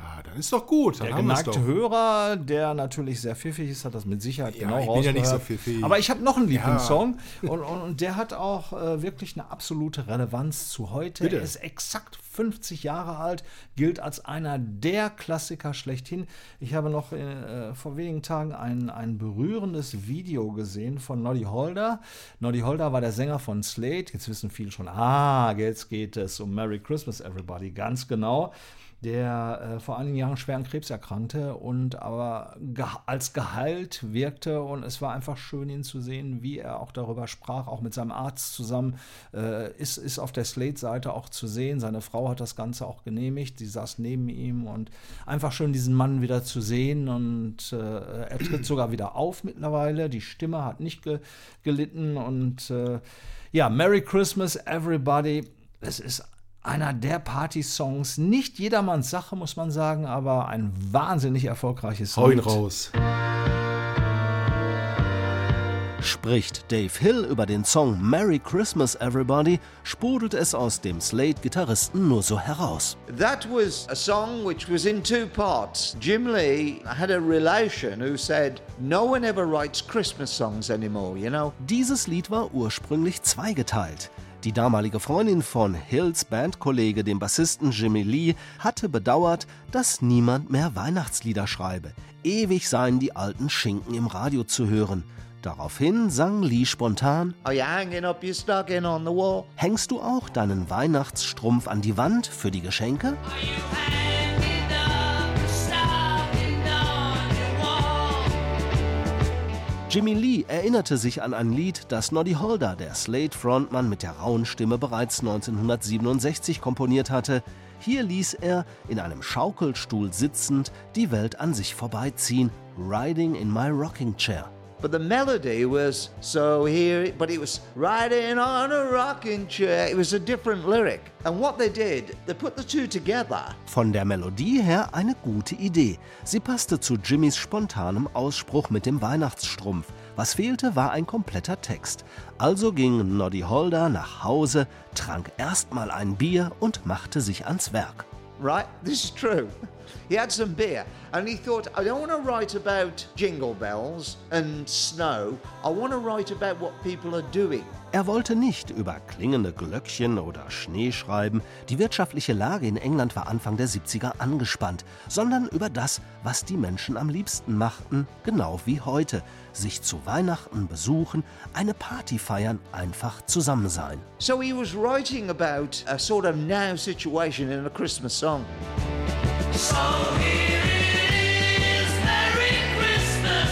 Ah, dann ist doch gut. Dann Der haben wir's geneigte doch. Hörer, der natürlich sehr pfiffig ist, hat das mit Sicherheit Ja, genau ich bin ja nicht so rausgehört. pfiffig. Aber ich habe noch einen Ja. Lieblingssong und, und, und der hat auch äh, wirklich eine absolute Relevanz zu heute. Bitte. Er ist exakt fünfzig Jahre alt, gilt als einer der Klassiker schlechthin. Ich habe noch äh, vor wenigen Tagen ein, ein berührendes Video gesehen von Noddy Holder. Noddy Holder war der Sänger von Slade. Jetzt wissen viele schon, ah, jetzt geht es um Merry Christmas Everybody, ganz genau. Der äh, vor einigen Jahren schwer an Krebs erkrankte und aber ge- als geheilt wirkte. Und es war einfach schön, ihn zu sehen, wie er auch darüber sprach, auch mit seinem Arzt zusammen. Äh, ist, ist auf der Slate-Seite auch zu sehen. Seine Frau hat das Ganze auch genehmigt. Sie saß neben ihm und einfach schön, diesen Mann wieder zu sehen. Und äh, er tritt sogar wieder auf mittlerweile. Die Stimme hat nicht ge- gelitten. Und äh, ja, Merry Christmas, Everybody. Es ist einer der Party-Songs, nicht jedermanns Sache, muss man sagen, aber ein wahnsinnig erfolgreiches Hau ihn Lied. raus. Spricht Dave Hill über den Song Merry Christmas Everybody, sprudelt es aus dem Slade-Gitarristen nur so heraus. That was a song which was in two parts. Jim Lee had a relation who said, no one ever writes Christmas songs anymore, you know? Dieses Lied war ursprünglich zweigeteilt. Die damalige Freundin von Hills Bandkollege, dem Bassisten Jimmy Lee, hatte bedauert, dass niemand mehr Weihnachtslieder schreibe. Ewig seien die alten Schinken im Radio zu hören. Daraufhin sang Lee spontan: Are you hanging up your stocking on the wall? Hängst du auch deinen Weihnachtsstrumpf an die Wand für die Geschenke? Jimmy Lee erinnerte sich an ein Lied, das Noddy Holder, der Slade-Frontmann mit der rauen Stimme, bereits neunzehnhundertsiebenundsechzig komponiert hatte. Hier ließ er, in einem Schaukelstuhl sitzend, die Welt an sich vorbeiziehen, riding in my rocking chair. But the melody was so here, but it was riding on a rocking chair. It was a different lyric. And what they did, they put the two together. Von der Melodie her eine gute Idee. Sie passte zu Jimmys spontanem Ausspruch mit dem Weihnachtsstrumpf. Was fehlte, war ein kompletter Text. Also ging Noddy Holder nach Hause, trank erstmal ein Bier und machte sich ans Werk. Right? This is true. He had some beer and he thought, I don't want to write about jingle bells and snow. I want to write about what people are doing. Er wollte nicht über klingende Glöckchen oder Schnee schreiben, die wirtschaftliche Lage in England war Anfang der siebziger angespannt, sondern über das, was die Menschen am liebsten machten, genau wie heute. Sich zu Weihnachten besuchen, eine Party feiern, einfach zusammen sein. So he was writing about a sort of now situation in a Christmas song. So here it is, Merry Christmas,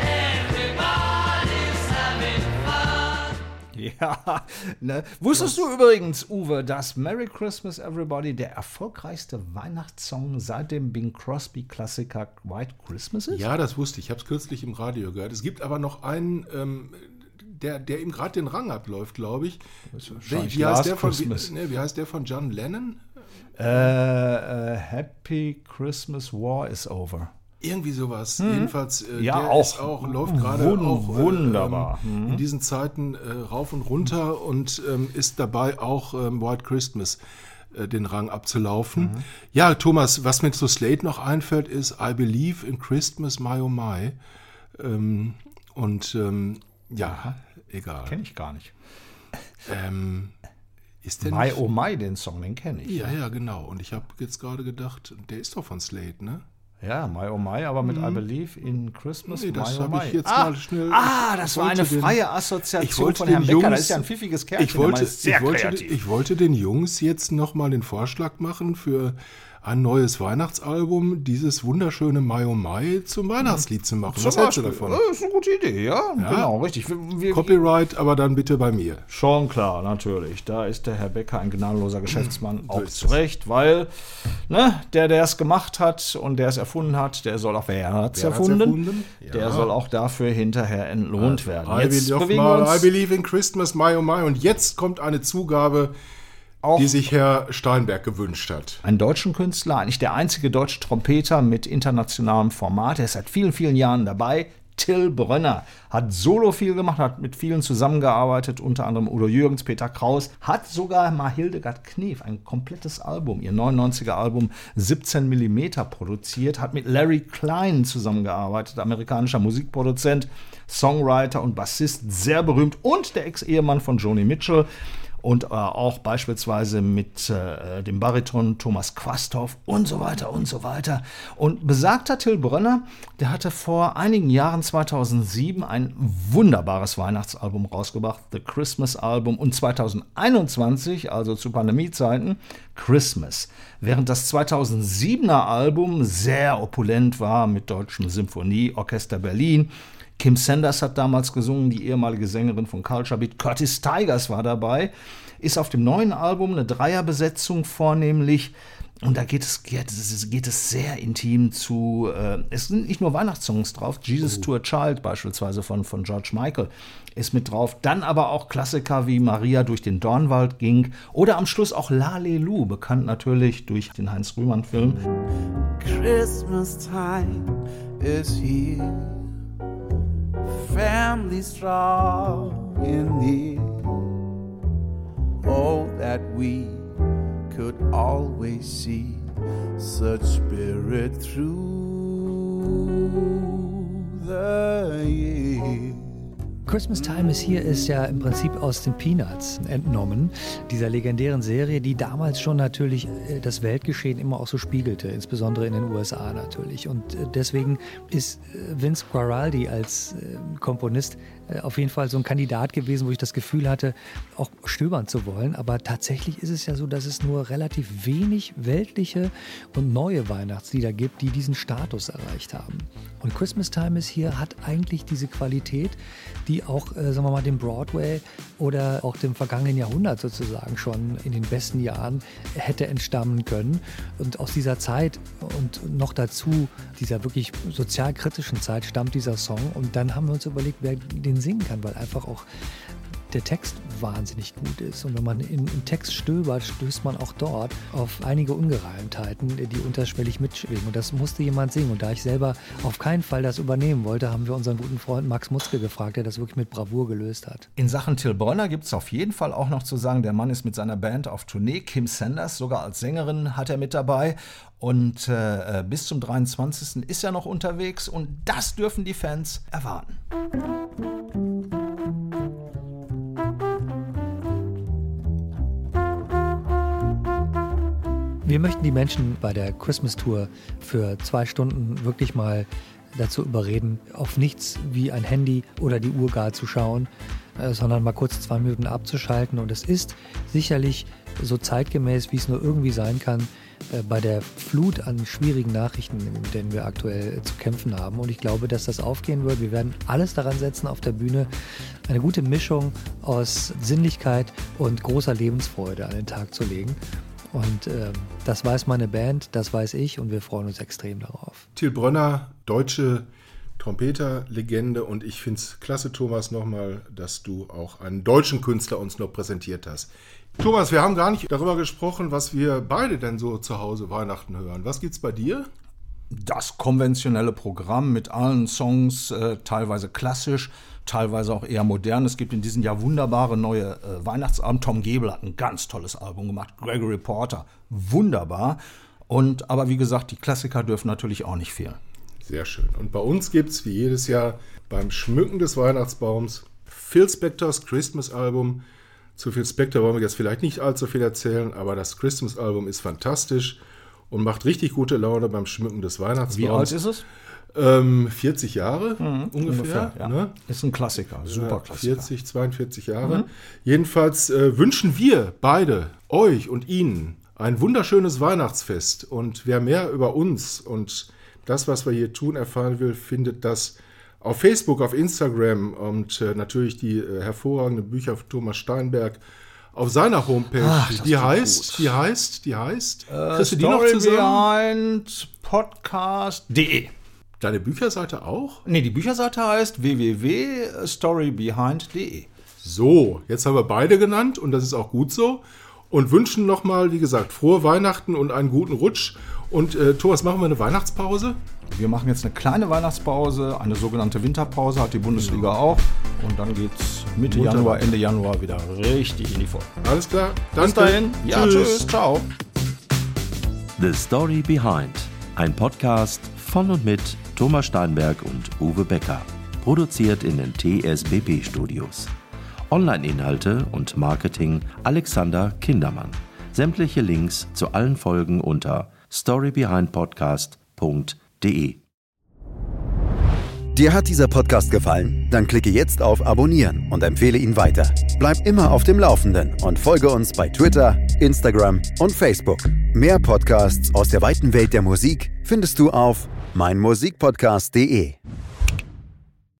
everybody's having fun. Ja, ne? Wusstest du übrigens, Uwe, dass Merry Christmas Everybody der erfolgreichste Weihnachtssong seit dem Bing Crosby-Klassiker White Christmas ist? Ja, das wusste ich. Ich habe es kürzlich im Radio gehört. Es gibt aber noch einen, ähm, der, der ihm gerade den Rang abläuft, glaube ich. Wie, wie, heißt der von, wie, ne, wie heißt der von John Lennon? Äh, äh, Happy Christmas War is Over. Irgendwie sowas. Mhm. Jedenfalls, äh, ja, der auch, ist auch, läuft gerade wund- auch äh, wunderbar. ähm, Mhm. in diesen Zeiten äh, rauf und runter und ähm, ist dabei auch ähm, White Christmas äh, den Rang abzulaufen. Mhm. Ja, Thomas, was mir zu Slade noch einfällt, ist I Believe in Christmas, My Oh My. Ähm, und ähm, ja, Aha. egal. Kenne ich gar nicht. Ähm, ist der My nicht? Oh My, den Song, den kenne ich. Ja, ja, genau. Und ich habe jetzt gerade gedacht, der ist doch von Slade, ne? Ja, My Oh My, aber mit Mhm. I Believe in Christmas, Nee, das My Oh habe My. ich jetzt ah, mal schnell. Ah, das ich war eine wollte den- freie Assoziation ich wollte von den Herrn Becker. Jungs, Das ist ja ein pfiffiges Kerlchen. Ich der Mann wollte, ist sehr ich, wollte, kreativ. ich wollte den Jungs jetzt nochmal den Vorschlag machen für ein neues Weihnachtsalbum, dieses wunderschöne My Oh My zum Weihnachtslied zu machen. Zum Was hältst du Beispiel. davon? Ja, ist eine gute Idee, ja, Ja. genau, richtig. Wir, wir, Copyright, aber dann bitte bei mir. Schon klar, natürlich. Da ist der Herr Becker ein gnadenloser Geschäftsmann, So auch ist zu Recht, weil ne, der, der es gemacht hat und der es erfunden hat, der soll auch, wer hat es Wer hat's erfunden, erfunden? der Ja. soll auch dafür hinterher entlohnt werden. I Jetzt believe, bewegen wir mal, uns I believe in Christmas, My Oh My. Und jetzt kommt eine Zugabe, auch die sich Herr Steinberg gewünscht hat. einen deutschen Künstler, eigentlich der einzige deutsche Trompeter mit internationalem Format. Er ist seit vielen, vielen Jahren dabei. Till Brönner hat solo viel gemacht, hat mit vielen zusammengearbeitet, unter anderem Udo Jürgens, Peter Kraus, hat sogar mal Hildegard Knef ein komplettes Album, ihr neunundneunziger Album siebzehn Millimeter produziert, hat mit Larry Klein zusammengearbeitet, amerikanischer Musikproduzent, Songwriter und Bassist, sehr berühmt, und der Ex-Ehemann von Joni Mitchell. Und äh, auch beispielsweise mit äh, dem Bariton Thomas Quasthoff und so weiter und so weiter. Und besagter Till Brönner, der hatte vor einigen Jahren, zweitausendsieben, ein wunderbares Weihnachtsalbum rausgebracht, The Christmas Album, und zweitausendeinundzwanzig, also zu Pandemiezeiten, Christmas. Während das zweitausendsiebener Album sehr opulent war mit Deutschem Symphonieorchester Berlin. Kim Sanders hat damals gesungen, die ehemalige Sängerin von Culture Beat. Curtis Tigers war dabei. Ist auf dem neuen Album eine Dreierbesetzung vornehmlich. Und da geht es, geht es, geht es sehr intim zu. Äh, es sind nicht nur Weihnachtssongs drauf. Jesus oh. to a Child beispielsweise von, von George Michael ist mit drauf. Dann aber auch Klassiker wie Maria durch den Dornwald ging. Oder am Schluss auch Lalelu, bekannt natürlich durch den Heinz-Rühmann-Film. Christmas time is here. Family strong in the oh that we could always see such spirit through the year. Christmas Time is Here ist ja im Prinzip aus den Peanuts entnommen, dieser legendären Serie, die damals schon natürlich das Weltgeschehen immer auch so spiegelte, insbesondere in den U S A natürlich. Und deswegen ist Vince Guaraldi als Komponist auf jeden Fall so ein Kandidat gewesen, wo ich das Gefühl hatte, auch stöbern zu wollen. Aber tatsächlich ist es ja so, dass es nur relativ wenig weltliche und neue Weihnachtslieder gibt, die diesen Status erreicht haben. Und Christmas Time is Here hat eigentlich diese Qualität, die auch, äh, sagen wir mal, dem Broadway oder auch dem vergangenen Jahrhundert sozusagen schon in den besten Jahren hätte entstammen können. Und aus dieser Zeit und noch dazu dieser wirklich sozialkritischen Zeit stammt dieser Song. Und dann haben wir uns überlegt, wer den singen kann, weil einfach auch der Text wahnsinnig gut ist. Und wenn man in, im Text stöbert, stößt man auch dort auf einige Ungereimtheiten, die unterschwellig mitschwingen. Und das musste jemand singen. Und da ich selber auf keinen Fall das übernehmen wollte, haben wir unseren guten Freund Max Mutzke gefragt, der das wirklich mit Bravour gelöst hat. In Sachen Till Brönner gibt es auf jeden Fall auch noch zu sagen, der Mann ist mit seiner Band auf Tournee. Kim Sanders, sogar als Sängerin, hat er mit dabei. Und äh, bis zum dreiundzwanzigsten ist er noch unterwegs. Und das dürfen die Fans erwarten. Wir möchten die Menschen bei der Christmas Tour für zwei Stunden wirklich mal dazu überreden, auf nichts wie ein Handy oder die Uhr gar zu schauen, äh, sondern mal kurz zwei Minuten abzuschalten. Und es ist sicherlich so zeitgemäß, wie es nur irgendwie sein kann, äh, bei der Flut an schwierigen Nachrichten, mit denen wir aktuell äh, zu kämpfen haben. Und ich glaube, dass das aufgehen wird. Wir werden alles daran setzen, auf der Bühne eine gute Mischung aus Sinnlichkeit und großer Lebensfreude an den Tag zu legen. Und äh, das weiß meine Band, das weiß ich, und wir freuen uns extrem darauf. Till Brönner, deutsche Trompeter-Legende, und ich finde es klasse, Thomas, nochmal, dass du auch einen deutschen Künstler uns noch präsentiert hast. Thomas, wir haben gar nicht darüber gesprochen, was wir beide denn so zu Hause Weihnachten hören. Was gibt's bei dir? Das konventionelle Programm mit allen Songs, äh, teilweise klassisch, teilweise auch eher modern. Es gibt in diesem Jahr wunderbare neue äh, Weihnachtsalben. Tom Gebel hat ein ganz tolles Album gemacht. Gregory Porter, wunderbar. Und aber wie gesagt, die Klassiker dürfen natürlich auch nicht fehlen. Sehr schön. Und bei uns gibt es wie jedes Jahr beim Schmücken des Weihnachtsbaums Phil Spectors Christmas-Album. Zu Phil Spector wollen wir jetzt vielleicht nicht allzu viel erzählen, aber das Christmas-Album ist fantastisch und macht richtig gute Laune beim Schmücken des Weihnachtsbaums. Wie alt ist es? Ähm, vierzig Jahre mhm, ungefähr. ungefähr ja. Ne? Ist ein Klassiker, super Klassiker. vierzig, zweiundvierzig Jahre. Mhm. Jedenfalls äh, wünschen wir beide, euch und Ihnen, ein wunderschönes Weihnachtsfest. Und wer mehr über uns und das, was wir hier tun, erfahren will, findet das auf Facebook, auf Instagram und äh, natürlich die äh, hervorragenden Bücher von Thomas Steinberg auf seiner Homepage. Ach, die, heißt, die heißt, die heißt, die heißt, äh, Storybehind podcast punkt de. Deine Bücherseite auch? Nee, die Bücherseite heißt w w w punkt storybehind punkt de. So, jetzt haben wir beide genannt und das ist auch gut so. und wünschen nochmal, wie gesagt, frohe Weihnachten und einen guten Rutsch. Und äh, Thomas, machen wir eine Weihnachtspause? Wir machen jetzt eine kleine Weihnachtspause, eine sogenannte Winterpause, hat die Bundesliga auch. Und dann geht's Mitte Wunderbar. Januar, Ende Januar wieder richtig in die Vollen. Alles klar, danke. Bis dahin. Ja, tschüss. tschüss, ciao. The Story Behind, ein Podcast von und mit Thomas Steinberg und Uwe Becker. Produziert in den T S B P-Studios. Online-Inhalte und Marketing Alexander Kindermann. Sämtliche Links zu allen Folgen unter storybehindpodcast punkt de. Dir hat dieser Podcast gefallen? Dann klicke jetzt auf Abonnieren und empfehle ihn weiter. Bleib immer auf dem Laufenden und folge uns bei Twitter, Instagram und Facebook. Mehr Podcasts aus der weiten Welt der Musik findest du auf meinmusikpodcast punkt de.